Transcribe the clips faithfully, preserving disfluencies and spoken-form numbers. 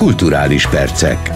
Kulturális percek.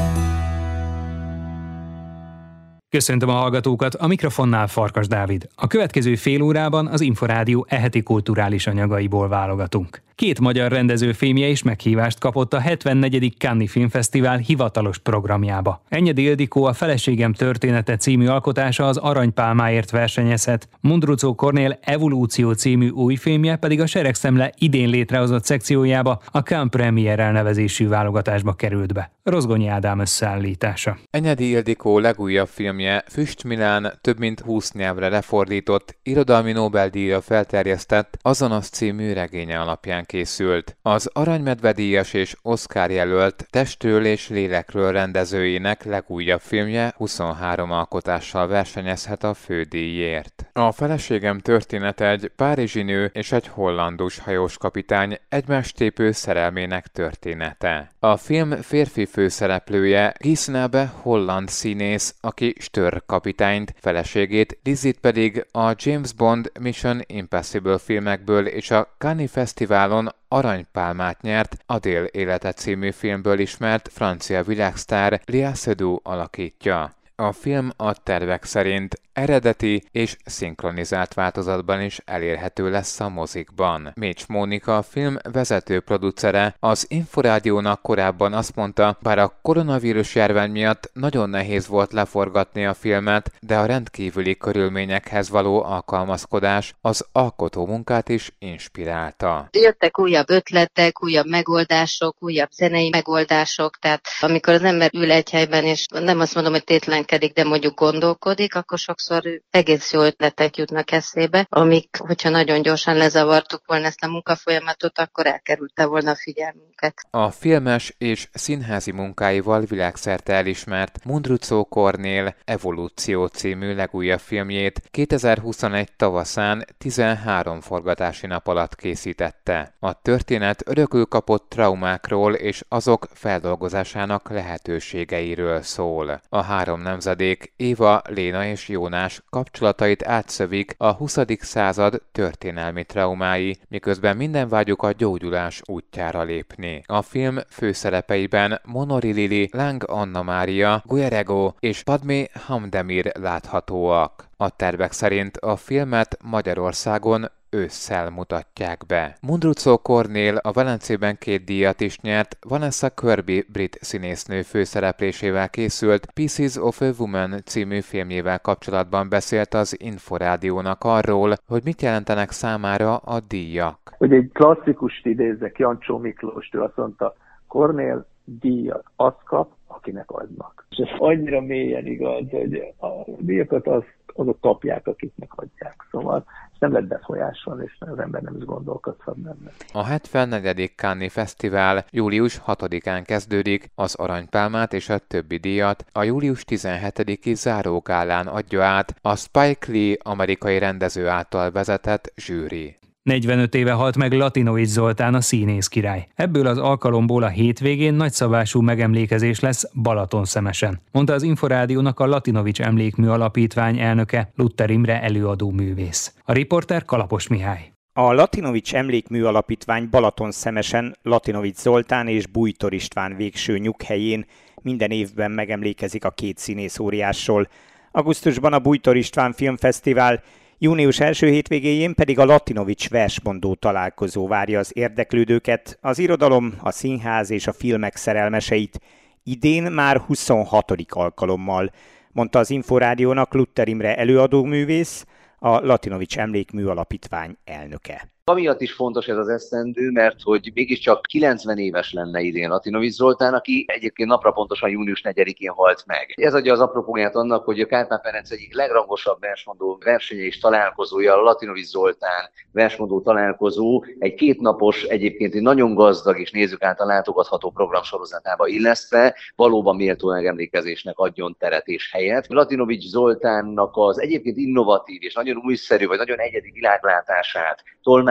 Köszöntöm a hallgatókat, a mikrofonnál Farkas Dávid. A következő fél órában az Inforádió eheti kulturális anyagaiból válogatunk. Két magyar rendező filmje is meghívást kapott a hetvennegyedik Cannes Filmfesztivál hivatalos programjába. Enyedi Ildikó A feleségem története című alkotása az Aranypálmáért versenyezhet, Mundruczó Kornél Evolúció című új filmje pedig a Seregszemle idén létrehozott szekciójába, a Cannes Premier elnevezésű válogatásba került be. Rozgonyi Ádám összeállítása. Enyedi Ildikó legújabb filmje Füst Milán több mint húsz nyelvre lefordított, irodalmi Nobel-díjra felterjesztett Azonos című regénye alapján készült. Az Aranymedve-díjas és Oscar jelölt Testről és lélekről rendezőjének legújabb filmje huszonhárom alkotással versenyezhet a fődíjért. A feleségem története egy párizsi nő és egy hollandus hajós kapitány egymást tépő szerelmének története. A film férfi főszereplője Gisnabe holland színész, aki Stör kapitányt, feleségét, Lizzie pedig a James Bond Mission Impossible filmekből és a Cannes Fesztiválon Aranypálmát nyert Adél élete című filmből ismert francia világsztár Léa Seydoux alakítja. A film a tervek szerint eredeti és szinkronizált változatban is elérhető lesz a mozikban. Mécs Mónika, a film vezető producere, az Inforádiónak korábban azt mondta, bár a koronavírus járvány miatt nagyon nehéz volt leforgatni a filmet, de a rendkívüli körülményekhez való alkalmazkodás az alkotó munkát is inspirálta. Jöttek újabb ötletek, újabb megoldások, újabb zenei megoldások, tehát amikor az ember ül egy helyben, és nem azt mondom, hogy tétlenkedik, de mondjuk gondolkodik, akkor sokszor egész jó ötletek jutnak eszébe, amik, hogyha nagyon gyorsan lezavartuk volna ezt a munkafolyamatot, akkor elkerülte volna a figyelmünket. A filmes és színházi munkáival világszerte elismert Mundruczó Kornél Evolúció című legújabb filmjét kétezer-huszonegy tavaszán tizenhárom forgatási nap alatt készítette. A történet örökül kapott traumákról és azok feldolgozásának lehetőségeiről szól. A három nemzedék, Éva, Léna és Jónás kapcsolatait átszövik a huszadik század történelmi traumái, miközben minden vágyuk a gyógyulás útjára lépni. A film főszerepeiben Monori Lili, Lang Anna Mária, Guerrero és Padmé Hamdemir láthatóak. A tervek szerint a filmet Magyarországon ősszel mutatják be. Mundruczó Kornél a Velencében két díjat is nyert, Vanessa Kirby brit színésznő főszereplésével készült Pieces of a Woman című filmjével kapcsolatban beszélt az Inforádiónak arról, hogy mit jelentenek számára a díjak. Hogy egy klasszikust idézzek, Jancsó Miklóst, ő azt mondta, Kornél díjat azt kap, akinek adnak. És ez annyira mélyen igaz, hogy a díjakat az, azok kapják, akiknek adják. Szóval nem lehet befolyásolni, és az ember nem is gondolkodhat benne. A hetvennegyedik Cannes Fesztivál július hatodikán kezdődik, az Aranypálmát és a többi díjat a július tizenhetediki zárógálán adja át a Spike Lee amerikai rendező által vezetett zsűri. negyvenöt éve halt meg Latinovics Zoltán, a színész király. Ebből az alkalomból a hétvégén nagyszabású megemlékezés lesz Balatonszemesen, mondta az Inforádiónak a Latinovics Emlékmű Alapítvány elnöke, Luther Imre előadó művész. A riporter Kalapos Mihály. A Latinovics Emlékmű Alapítvány Balatonszemesen Latinovics Zoltán és Bújtor István végső nyughelyén minden évben megemlékezik a két színész óriásról. Augusztusban a Bújtor István Filmfesztivál, június első hétvégéjén pedig a Latinovics versmondó találkozó várja az érdeklődőket, az irodalom, a színház és a filmek szerelmeseit. Idén már huszonhatodik alkalommal, mondta az Inforádiónak Luther Imre előadóművész, a Latinovics Emlékmű Alapítvány elnöke. Amiatt is fontos ez az esztendő, mert hogy mégiscsak kilencven éves lenne idén Latinovics Zoltán, aki egyébként napra pontosan június negyedikén halt meg. Ez adja az apropóját annak, hogy a Kárpát-Ferenc egyik legrangosabb versmondó versenye és találkozója, a Latinovics Zoltán versmondó találkozó egy kétnapos, egyébként egy nagyon gazdag és nézők által látogatható program sorozatába illesztve valóban méltó megemlékezésnek adjon teret és helyet. Latinovics Zoltánnak az egyébként innovatív és nagyon újszerű vagy nagyon egyedi világlátását, tolmács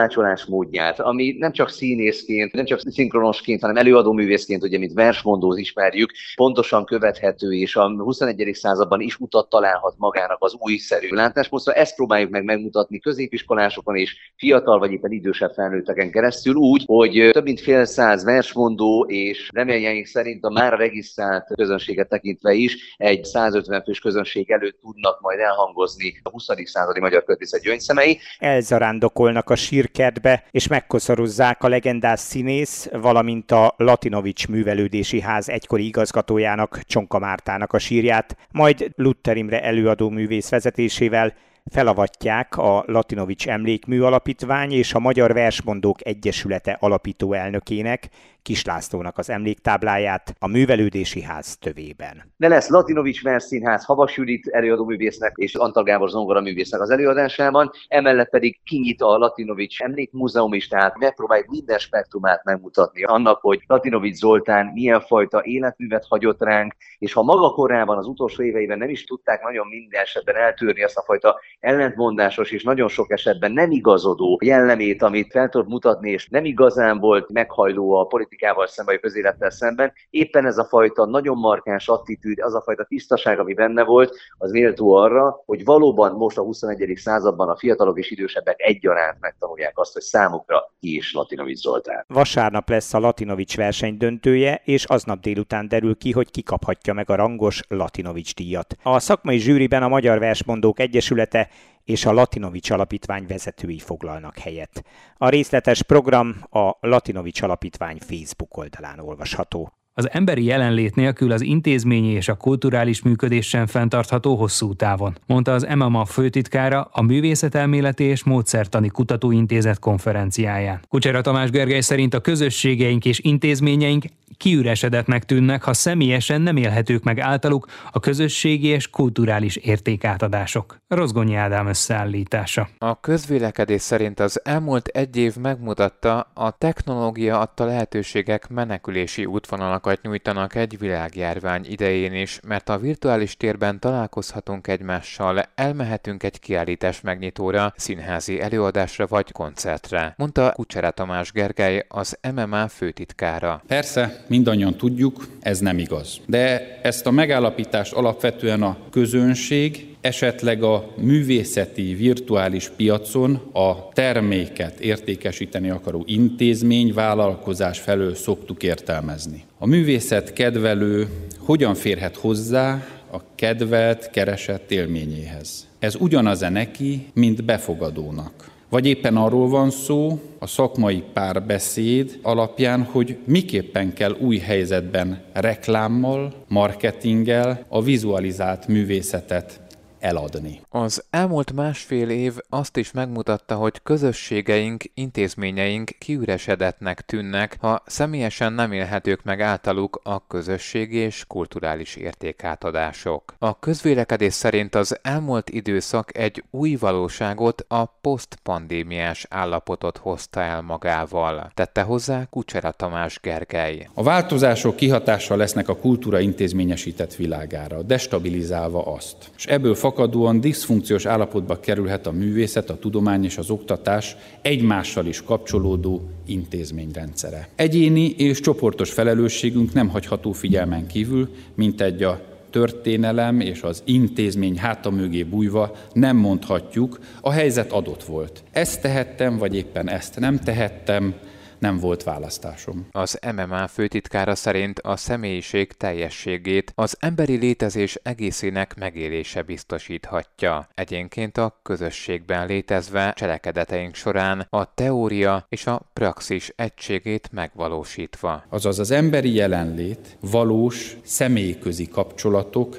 tolmácsolás módját, ami nem csak színészként, nem csak szinkronosként, hanem előadó művészként, ugye, mint versmondót ismerjük, pontosan követhető, és a huszonegyedik században is utat találhat magának az újszerű látásmódra. Ezt próbáljuk meg megmutatni középiskolásokon és fiatal vagy éppen idősebb felnőtteken keresztül úgy, hogy több mint fél száz versmondó, és reményeink szerint a már regisztrált közönséget tekintve is egy százötven fős közönség előtt tudnak majd elhangozni a huszadik századi magyar költészet gyöngyszemei. Elzarándokolnak a sírkertbe, és megkoszarozzák a legendás színész, valamint a Latinovics Művelődési Ház egykori igazgatójának, Csonka Mártának a sírját, majd Luther Imre előadó művész vezetésével felavatják a Latinovics Emlékmű Alapítvány és a Magyar Versmondók Egyesülete alapító elnökének, Kis Lászlónak az emléktábláját a Művelődési Ház tövében. De lesz Latinovics Versszínház Havas Judit előadóművésznek és Antal Gábor zongoraművésznek az előadásában, emellett pedig kinyit a Latinovics Emlékmúzeum is, tehát megpróbáljuk minden spektrumát megmutatni annak, hogy Latinovics Zoltán milyen fajta életművet hagyott ránk, és ha maga korában, az utolsó éveiben nem is tudták nagyon minden esetben eltörni azt a fajta ellentmondásos és nagyon sok esetben nem igazodó jellemét, amit fel tudott mutatni, és nem igazán volt meghajló a politikával szemben, vagy közélettel szemben. Éppen ez a fajta nagyon markáns attitűd, az a fajta tisztaság, ami benne volt, az méltó arra, hogy valóban most a huszonegyedik században a fiatalok és idősebbek egyaránt megtanulják azt, hogy számukra ki is Latinovics Zoltán. Vasárnap lesz a Latinovics verseny döntője, és aznap délután derül ki, hogy ki kaphatja meg a rangos Latinovics díjat. A szakmai zsűriben a Magyar Versmondók Egyesülete és a Latinovics Alapítvány vezetői foglalnak helyet. A részletes program a Latinovics Alapítvány Facebook oldalán olvasható. Az emberi jelenlét nélkül az intézményi és a kulturális működés sem fenntartható hosszú távon, mondta az em em á főtitkára a Művészetelméleti és Módszertani Kutatóintézet konferenciáján. Kucsera Tamás Gergely szerint a közösségeink és intézményeink kiüresedetnek tűnnek, ha személyesen nem élhetők meg általuk a közösségi és kulturális értékátadások. Rozgonyi Ádám összeállítása. A közvélekedés szerint az elmúlt egy év megmutatta, a technológia adta lehetőségek menekülési útvonalakat nyújtanak egy világjárvány idején is, mert a virtuális térben találkozhatunk egymással, elmehetünk egy kiállítás megnyitóra, színházi előadásra vagy koncertre, mondta Kucsera Tamás Gergely, az em em á főtitkára. Persze, mindannyian tudjuk, ez nem igaz. De ezt a megállapítást alapvetően a közönség, esetleg a művészeti virtuális piacon a terméket értékesíteni akaró intézmény, vállalkozás felől szoktuk értelmezni. A művészet kedvelő hogyan férhet hozzá a kedvelt, keresett élményéhez? Ez ugyanaz-e neki, mint befogadónak? Vagy éppen arról van szó a szakmai párbeszéd alapján, hogy miképpen kell új helyzetben reklámmal, marketinggel a vizualizált művészetet eladni. Az elmúlt másfél év azt is megmutatta, hogy közösségeink, intézményeink kiüresedetnek tűnnek, ha személyesen nem élhetők meg általuk a közösségi és kulturális értékátadások. A közvélekedés szerint az elmúlt időszak egy új valóságot, a posztpandémiás állapotot hozta el magával, tette hozzá Kucsera Tamás Gergely. A változások kihatással lesznek a kultúra intézményesített világára, destabilizálva azt. És ebből fakadóan diszfunkciós állapotba kerülhet a művészet, a tudomány és az oktatás egymással is kapcsolódó intézményrendszere. Egyéni és csoportos felelősségünk nem hagyható figyelmen kívül, mint egy a történelem és az intézmény háta mögé bújva nem mondhatjuk, a helyzet adott volt. Ezt tehettem, vagy éppen ezt nem tehettem, nem volt választásom. Az em em á főtitkára szerint a személyiség teljességét az emberi létezés egészének megélése biztosíthatja. Egyénként a közösségben létezve cselekedeteink során a teória és a praxis egységét megvalósítva. Azaz az emberi jelenlét valós személyközi kapcsolatok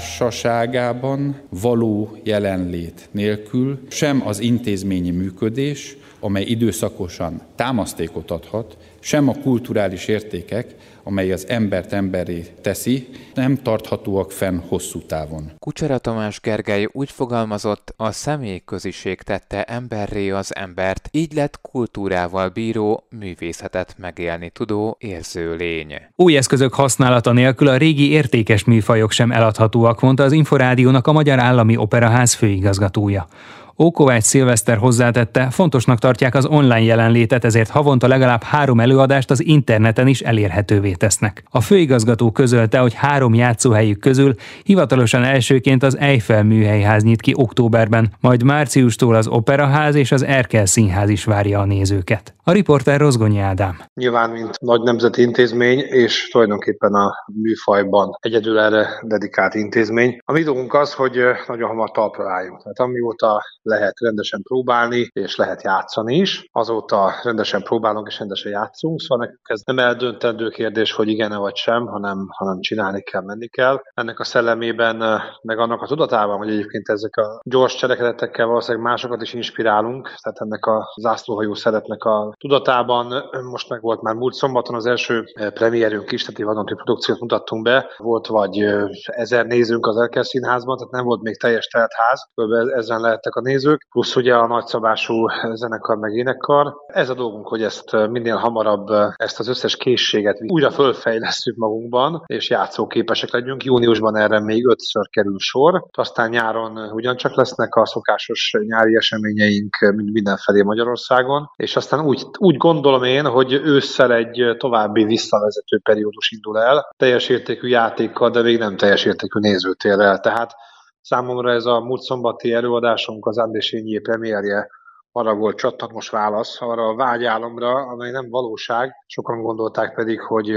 társaságában való jelenlét nélkül sem az intézményi működés, amely időszakosan támasztékot adhat, sem a kulturális értékek, amely az embert emberré teszi, nem tarthatóak fenn hosszú távon. Kucsera Tamás Gergely úgy fogalmazott, a személyköziség tette emberré az embert, így lett kultúrával bíró, művészetet megélni tudó érző lény. Új eszközök használata nélkül a régi értékes műfajok sem eladhatóak, mondta az Inforádiónak a Magyar Állami Operaház főigazgatója. Ókovács Szilveszter hozzátette, fontosnak tartják az online jelenlétet, ezért havonta legalább három előadást az interneten is elérhetővé tesznek. A főigazgató közölte, hogy három játszóhelyük közül hivatalosan elsőként az Eiffel műhelyház nyit ki októberben, majd márciustól az Operaház és az Erkel Színház is várja a nézőket. A riporter Rozgonyi Ádám. Nyilván, mint nagy nemzeti intézmény, és tulajdonképpen a műfajban egyedül erre dedikált intézmény. A mi dolgunk az, hogy nagyon hamar talpra álljunk. Tehát amióta lehet rendesen próbálni, és lehet játszani is, azóta rendesen próbálunk és rendesen játszunk, szóval nekünk ez nem eldöntendő kérdés, hogy igen-e vagy sem, hanem, hanem csinálni kell, menni kell. Ennek a szellemében, meg annak a tudatában, hogy egyébként ezek a gyors cselekedetekkel valószínűleg másokat is inspirálunk, tehát ennek a zászlóhajó szeretnek a tudatában. Most meg volt már múlt szombaton az első premierünk is, tehát vadonati produkciót mutattunk be. Volt vagy ezer nézőnk az Erkel Színházban, tehát nem volt még teljes telt ház, kb. Ezen lehettek a nézők, plusz ugye a nagyszabású zenekar meg énekkar. Ez a dolgunk, hogy ezt minél hamarabb, ezt az összes készséget újra fölfejlesszük magunkban, és játszóképesek legyünk. Júniusban erre még ötször kerül sor, aztán nyáron ugyancsak lesznek a szokásos nyári eseményeink mindenfelé Magyarországon, és aztán úgy, úgy gondolom én, hogy ősszel egy további visszavezető periódus indul el, teljes értékű játékkal, de még nem teljes értékű nézőtérrel. Tehát számomra ez a múlt szombati előadásunk, az Andésényi premierje arra volt csattogós válasz, arra a vágyálomra, amely nem valóság. Sokan gondolták pedig, hogy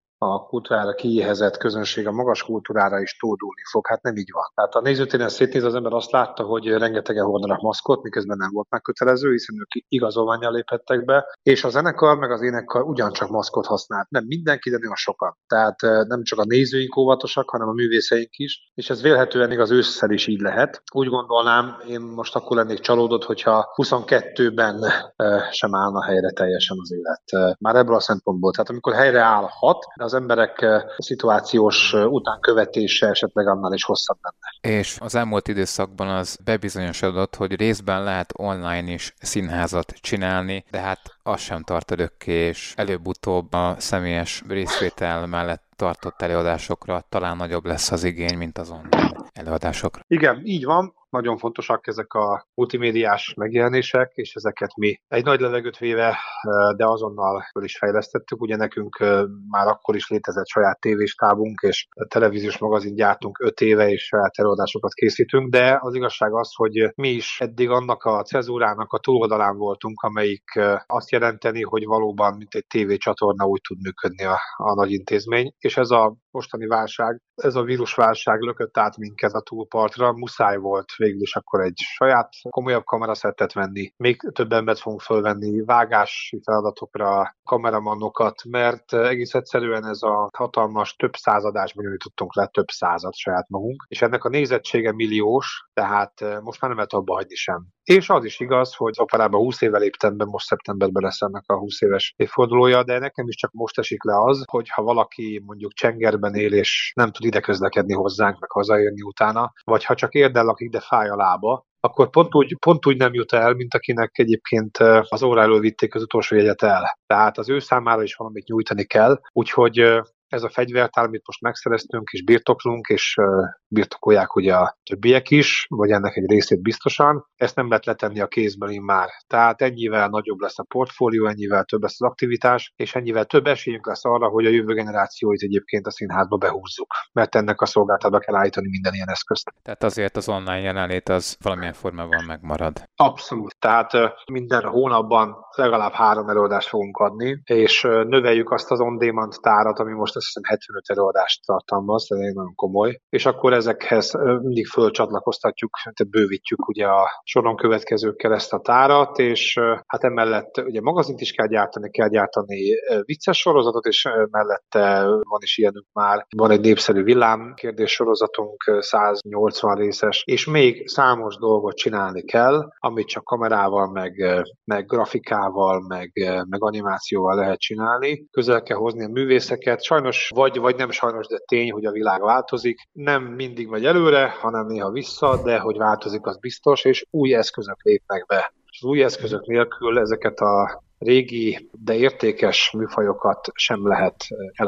a kultúrára kiéhezett közönség a magas kultúrára is tódulni fog. Hát nem így van. Tehát a nézőtéren szétnéz, az ember azt látta, hogy rengetegen hordanak maszkot, miközben nem volt megkötelező, hiszen ők igazolvánnyal léphettek be, és a zenekar meg az énekkar ugyancsak maszkot használt. Nem mindenki, de nagyon sokan. Tehát nem csak a nézőink óvatosak, hanem a művészeink is, és ez vélhetően igaz ősszel is így lehet. Úgy gondolnám, én most akkor lennék csalódott, hogyha huszonkettőben sem állna helyre teljesen az élet. Már ebből a szempontból. Tehát amikor helyre állhat, az emberek szituációs utánkövetése esetleg annál is hosszabb lenne. És az elmúlt időszakban az bebizonyosodott, hogy részben lehet online is színházat csinálni, de hát az sem tart örökké, és előbb-utóbb a személyes részvétel mellett tartott előadásokra talán nagyobb lesz az igény, mint az online előadásokra. Igen, így van. Nagyon fontosak ezek a multimédiás megjelenések, és ezeket mi egy nagy levegőt véve, de azonnal föl is fejlesztettük. Ugye nekünk már akkor is létezett saját tévéstábunk, és televíziós magazin gyártunk öt éve, és saját előadásokat készítünk, de az igazság az, hogy mi is eddig annak a cezúrának a túloldalán voltunk, amelyik azt jelenteni, hogy valóban mint egy tévécsatorna úgy tud működni a, a nagy intézmény, és ez a mostani válság, ez a vírusválság lökött át minket a túlpartra, muszáj volt végül is akkor egy saját komolyabb kameraszettet venni, még több embert fogunk fölvenni vágási feladatokra, kameramannokat, mert egész egyszerűen ez a hatalmas több századás bonyolítottunk le, több század saját magunk, és ennek a nézettsége milliós, tehát most már nem lehet abba hagyni sem. És az is igaz, hogy az operában húsz éve léptem be, most szeptemberben lesz ennek a húsz éves évfordulója, de nekem is csak most esik le az, hogy ha valaki mondjuk Csengerben él, és nem tud ide közlekedni hozzánk, meg hazajönni utána, vagy ha csak érdel lakik, de fáj a lába, akkor pont úgy, pont úgy nem jut el, mint akinek egyébként az óráról vitték az utolsó jegyet el. Tehát az ő számára is valamit nyújtani kell, úgyhogy ez a fegyvertár, amit most megszereztünk és birtoklunk, és birtokolják ugye a többiek is, vagy ennek egy részét biztosan, ezt nem lehet letenni a kézből immár. Tehát ennyivel nagyobb lesz a portfólió, ennyivel több lesz az aktivitás, és ennyivel több esélyünk lesz arra, hogy a jövő generációit egyébként a színházba behúzzuk, mert ennek a szolgáltatásba kell állítani minden ilyen eszközt. Tehát azért az online jelenlét az valamilyen formában megmarad. Abszolút. Tehát minden hónapban legalább három előadást fogunk adni, és növeljük azt az on-demand tárat, ami most azt hiszem hetvenöt előadást tartalmaz, ez nagyon komoly, és akkor ezekhez mindig fölcsatlakoztatjuk, tehát bővítjük ugye a soron következőkkel ezt a tárat, és hát emellett ugye magazint is kell gyártani, kell gyártani vicces sorozatot, és mellette van is ilyenünk már, van egy népszerű villámkérdés sorozatunk, száznyolcvan részes, és még számos dolgot csinálni kell, amit csak kamerával, meg, meg grafikával, meg, meg animációval lehet csinálni. Közel kell hozni a művészeket, sajnos vagy, vagy nem sajnos, de tény, hogy a világ változik. Nem mindig megy előre, hanem néha vissza, de hogy változik, az biztos, és új eszközök lépnek be. Az új eszközök nélkül ezeket a régi, de értékes műfajokat sem lehet eladni.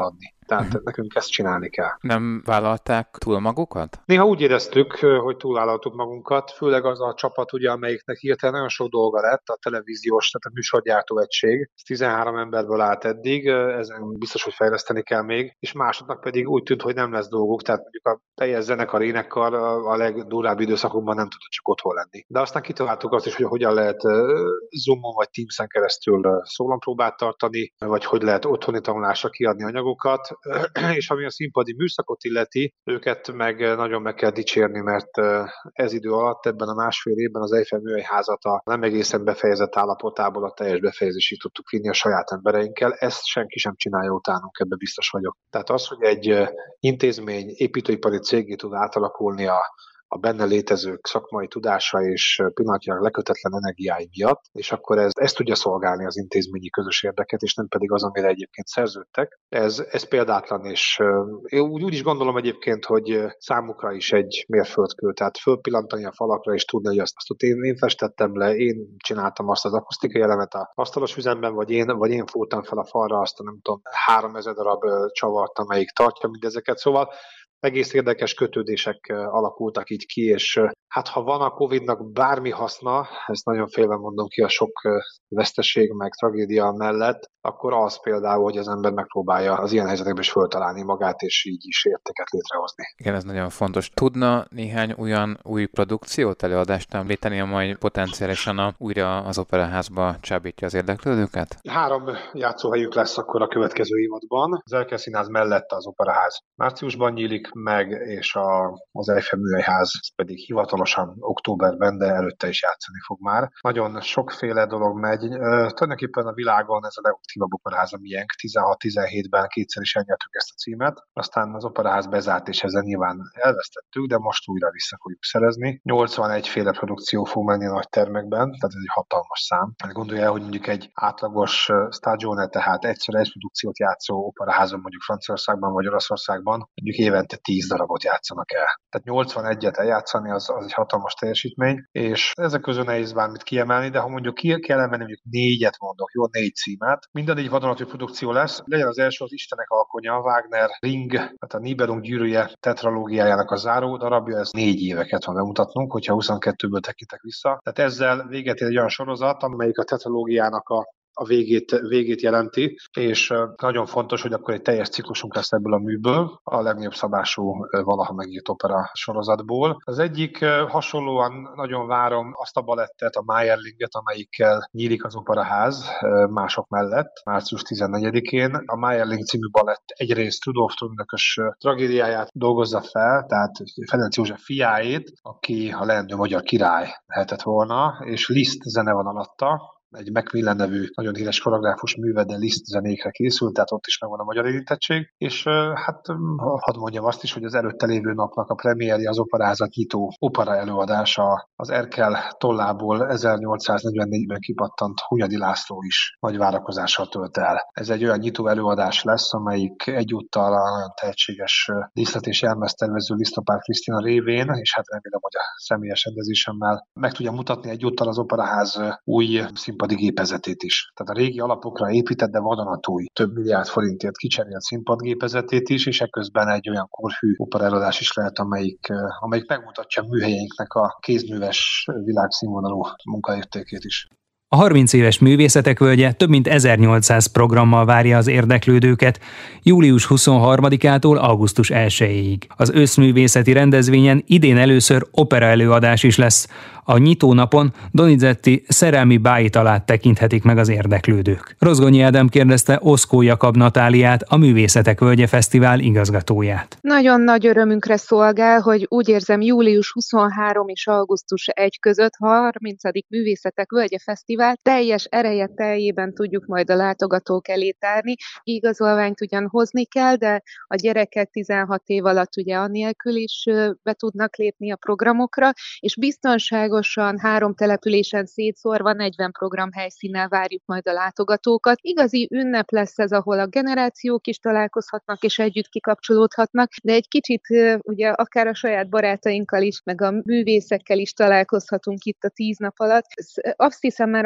Tehát nekünk ezt csinálni kell. Nem vállalták túl magukat? Néha úgy éreztük, hogy túlvállaltuk magunkat, főleg az a csapat, ugye, amelyiknek hirtelen nagyon sok dolga lett, a televíziós, tehát a műsorgyártó egység. tizenhárom emberből állt eddig, ezen biztos, hogy fejleszteni kell még, és másodnak pedig úgy tűnt, hogy nem lesz dolguk, tehát mondjuk a teljes zenekar, énekkar a legdurább időszakokban nem tudott csak otthon lenni. De aztán kitaláltuk azt is, hogy hogyan lehet Zoomon vagy Teams-en keresztül szólampróbát tartani, vagy hogy lehet otthoni tanulásra kiadni anyagokat, és ami a színpadi műszakot illeti, őket meg nagyon meg kell dicsérni, mert ez idő alatt, ebben a másfél évben az Eiffel Műhelyházat a nem egészen befejezett állapotából a teljes befejezésig tudtuk vinni a saját embereinkkel. Ezt senki sem csinálja utánunk, ebben biztos vagyok. Tehát az, hogy egy intézmény építőipari cégé tud átalakulni a a benne létezők szakmai tudása és pillanatnyilag lekötetlen energiái miatt, és akkor ez, ez tudja szolgálni az intézményi közös érdeket, és nem pedig az, amire egyébként szerződtek. Ez, ez példátlan, és én úgy, úgy is gondolom egyébként, hogy számukra is egy mérföldkő, tehát fölpillantani a falakra, és tudni, hogy azt, azt én, én festettem le, én csináltam azt az akusztikai elemet a asztalos üzemben, vagy én, vagy én fúrtam fel a falra azt a nem tudom, háromezer darab csavart, amelyik tartja mindezeket. Szóval egész érdekes kötődések alakultak így ki, és hát ha van a Covidnak bármi haszna, ezt nagyon félve mondom ki a sok veszteség meg tragédia mellett, akkor az például, hogy az ember megpróbálja az ilyen helyzetekben is föltalálni magát, és így is értéket létrehozni. Igen, ez nagyon fontos. Tudna néhány olyan új produkciót, előadást említeni, amely potenciálisan a, újra az Operaházba csábítja az érdeklődőket? Három játszóhelyük lesz akkor a következő évadban. Az Erkel Színház mellett az Operaház márciusban nyílik meg, és a, az Eiffel Műhelyház pedig hivatalosan októberben, de előtte is játszani fog már. Nagyon sokféle dolog megy. Tulajdonképpen a világon ez a legaktívabb operaház a miénk. tizenhat-tizenhétben kétszer is elnyertük ezt a címet. Aztán az Operaház bezárt, és ezzel nyilván elvesztettük, de most újra vissza fogjuk szerezni. nyolcvanegy féle produkció fog menni a nagy termekben, tehát ez egy hatalmas szám. Gondolja el, hogy mondjuk egy átlagos stagione, tehát egyszer egy produkciót játszó operaházon mondjuk Franciaországban vagy Olaszországban, mondjuk évente tíz darabot játszanak el. Tehát nyolcvanegyet eljátszani az, az egy hatalmas teljesítmény, és ezek közül nehéz bármit kiemelni, de ha mondjuk ki kell emelni, mondjuk négyet mondok, jó, négy címát, minden egy vadonatúj produkció lesz. Legyen az első az Istenek alkonya, Wagner Ring, tehát a Nibelung gyűrűje tetralógiájának a záró darabja, ez négy éveket van bemutatnunk, hogyha huszonkettőből tekintek vissza. Tehát ezzel véget ér egy olyan sorozat, amelyik a tetralógiának a a végét, végét jelenti, és nagyon fontos, hogy akkor egy teljes ciklusunk lesz ebből a műből, a legnagyobb szabású valaha megírt opera sorozatból. Az egyik hasonlóan nagyon várom azt a balettet, a Mayerlinget, amelyikkel nyílik az Operaház mások mellett, március tizennegyedikén. A Mayerling című balett egyrészt Rudolf trónörökös tragédiáját dolgozza fel, tehát Ferenc József fiáét, aki a leendő magyar király lehetett volna, és Liszt zene van alatta, egy Macmillan nevű nagyon híres koreográfus műve, de Liszt zenékre készült, tehát ott is megvan a magyar érintettség. És hát hadd mondjam azt is, hogy az előtte lévő napnak a premierje, az Operaházat nyitó opera előadása, az Erkel tollából ezernyolcszáznegyvennégyben kipattant Hunyadi László is nagy várakozással tölt el. Ez egy olyan nyitó előadás lesz, amelyik egyúttal a nagyon tehetséges díszlet és jelmeztervező Lisztopár Krisztina révén, és hát remélem, hogy a személyes rendezésemmel meg tudja mutatni egyúttal az Operaház új színpadi gépezetét is. Tehát a régi alapokra épített, de vadonatúj több milliárd forintért kicserélt színpadgépezetét is, és ekközben egy olyan korhű operaelőadás is lehet, amelyik, amelyik megmutatja a műhelyeinknek a kézműves világszínvonalú munkaértékét is. A harminc éves Művészetek Völgye több mint ezernyolcszáz programmal várja az érdeklődőket július huszonharmadikától augusztus elsejéig. Az összművészeti rendezvényen idén először opera előadás is lesz. A nyitónapon Donizetti Szerelmi báit alá tekinthetik meg az érdeklődők. Rozgonyi Ádám kérdezte Oszkó Jakab Natáliát, a Művészetek Völgye Fesztivál igazgatóját. Nagyon nagy örömünkre szolgál, hogy úgy érzem július huszonharmadika és augusztus elsejé között harmincadik Művészetek Völgye Fesztivál teljes ereje teljében tudjuk majd a látogatók elé tárni. Igazolványt ugyan hozni kell, de a gyerekek tizenhat év alatt ugye anélkül is be tudnak lépni a programokra, és biztonságosan három településen szétszórva negyven programhelyszínnel várjuk majd a látogatókat. Igazi ünnep lesz ez, ahol a generációk is találkozhatnak és együtt kikapcsolódhatnak, de egy kicsit ugye akár a saját barátainkkal is, meg a művészekkel is találkozhatunk itt a tíz nap alatt. Azt hiszem, már a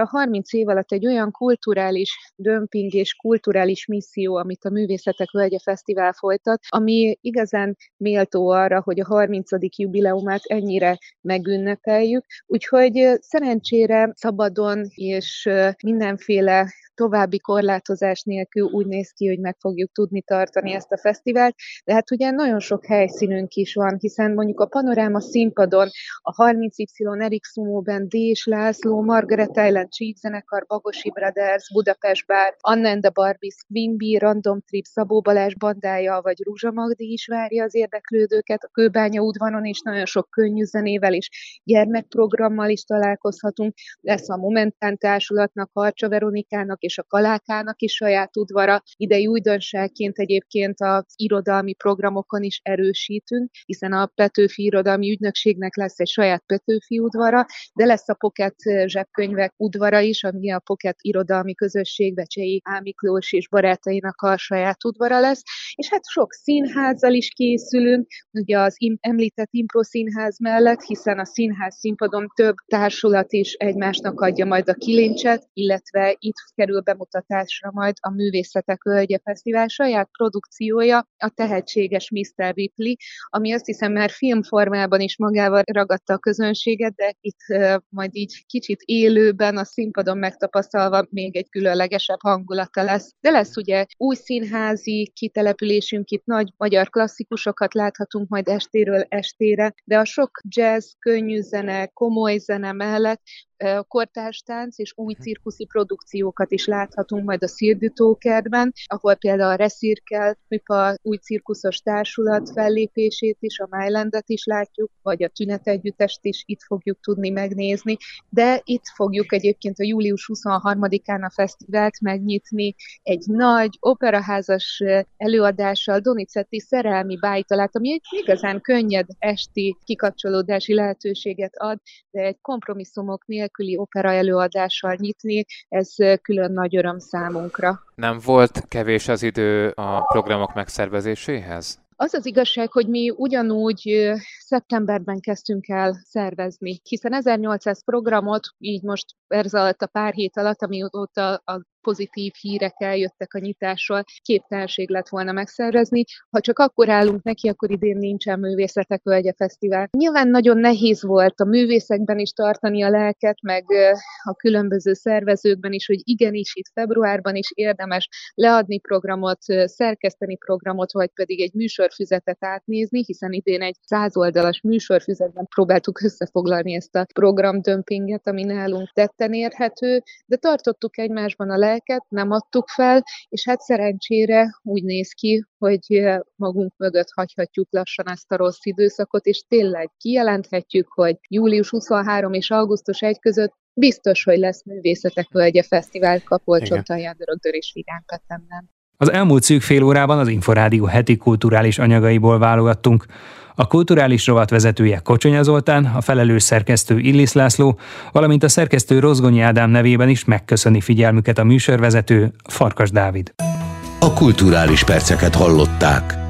a harminc év alatt egy olyan kulturális dömping és kulturális misszió, amit a Művészetek Völgye Fesztivál folytat, ami igazán méltó arra, hogy a harmincadik jubileumát ennyire megünnepeljük. Úgyhogy szerencsére szabadon és mindenféle további korlátozás nélkül úgy néz ki, hogy meg fogjuk tudni tartani ezt a fesztivált, de hát ugye nagyon sok helyszínünk is van, hiszen mondjuk a Panoráma színpadon a harminc Y, Erik Sumo Band, Dés László, Margaret Island Chief zenekar, Bagosi Brothers, Budapest Bar, Anna and the Barbies, Queen Bee, Random Trip, Szabó Balázs bandája, vagy Ruzsa Magdi is várja az érdeklődőket a Kőbánya udvaron, és nagyon sok könnyű zenével és gyermekprogrammal is találkozhatunk. Lesz a Momentán Társulatnak, Harcsa Veronikának és a Kalákának is saját udvara. Idei újdonságként egyébként az irodalmi programokon is erősítünk, hiszen a Petőfi Irodalmi Ügynökségnek lesz egy saját Petőfi udvara, de lesz a Pocket zsebkönyvek udvara is, ami a Pocket irodalmi közösség, Becsei A. Miklós és barátainak a saját udvara lesz, és hát sok színházzal is készülünk, ugye az im- említett Impro Színház mellett, hiszen a színház színpadon több társulat is egymásnak adja majd a kilincset, illetve itt kerül bemutatásra majd a Művészetek Völgye Fesztivál saját produkciója, a tehetséges miszter Ripley, ami azt hiszem már filmformában is magával ragadta a közönséget, de itt uh, majd így kicsit élőben, a színpadon megtapasztalva még egy különlegesebb hangulata lesz. De lesz ugye új színházi kitelepülésünk, itt nagy magyar klasszikusokat láthatunk majd estéről estére, de a sok jazz, könnyű zene, komoly zene mellett kortárs tánc és új cirkuszi produkciókat is láthatunk majd a Szildi-tókertben, ahol például a Reszirkel, Pipa új cirkuszos társulat fellépését is, a Mylandet is látjuk, vagy a Tünet együttest is itt fogjuk tudni megnézni, de itt fogjuk egyébként a július huszonharmadikán a fesztivált megnyitni egy nagy operaházas előadással, Donizetti Szerelmi Bájtalát, ami egy igazán könnyed esti kikapcsolódási lehetőséget ad, de egy kompromisszumok nélkül nélküli opera előadással nyitni, ez külön nagy öröm számunkra. Nem volt kevés az idő a programok megszervezéséhez? Az az igazság, hogy mi ugyanúgy szeptemberben kezdtünk el szervezni, hiszen ezernyolcszáz programot így most ez alatt a pár hét alatt, amióta a pozitív hírek eljöttek a nyitásról, képtelenség lett volna megszervezni. Ha csak akkor állunk neki, akkor idén nincsen Művészetek Völgye Fesztivál. Nyilván nagyon nehéz volt a művészekben is tartani a lelket, meg a különböző szervezőkben is, hogy igenis itt februárban is érdemes leadni programot, szerkeszteni programot, vagy pedig egy műsorfüzetet átnézni, hiszen idén egy százoldalas műsorfüzetben próbáltuk összefoglalni ezt a programdömpinget, ami nálunk tetten érhető, de tartottuk egymásban a lelket, nem adtuk fel, és hát szerencsére úgy néz ki, hogy magunk mögött hagyhatjuk lassan ezt a rossz időszakot, és tényleg kijelenthetjük, hogy július huszonharmadika és augusztus elsejé között biztos, hogy lesz Művészetek Völgye Fesztivál Kapolcson-Talján, Dörögdör és Vidánpetemben. Az elmúlt szűk fél órában az Inforádió heti kulturális anyagaiból válogattunk. A kulturális rovat vezetője Kocsonya Zoltán, a felelős szerkesztő Illis László, valamint a szerkesztő Rozgonyi Ádám nevében is megköszöni figyelmüket a műsorvezető Farkas Dávid. A kulturális perceket hallották.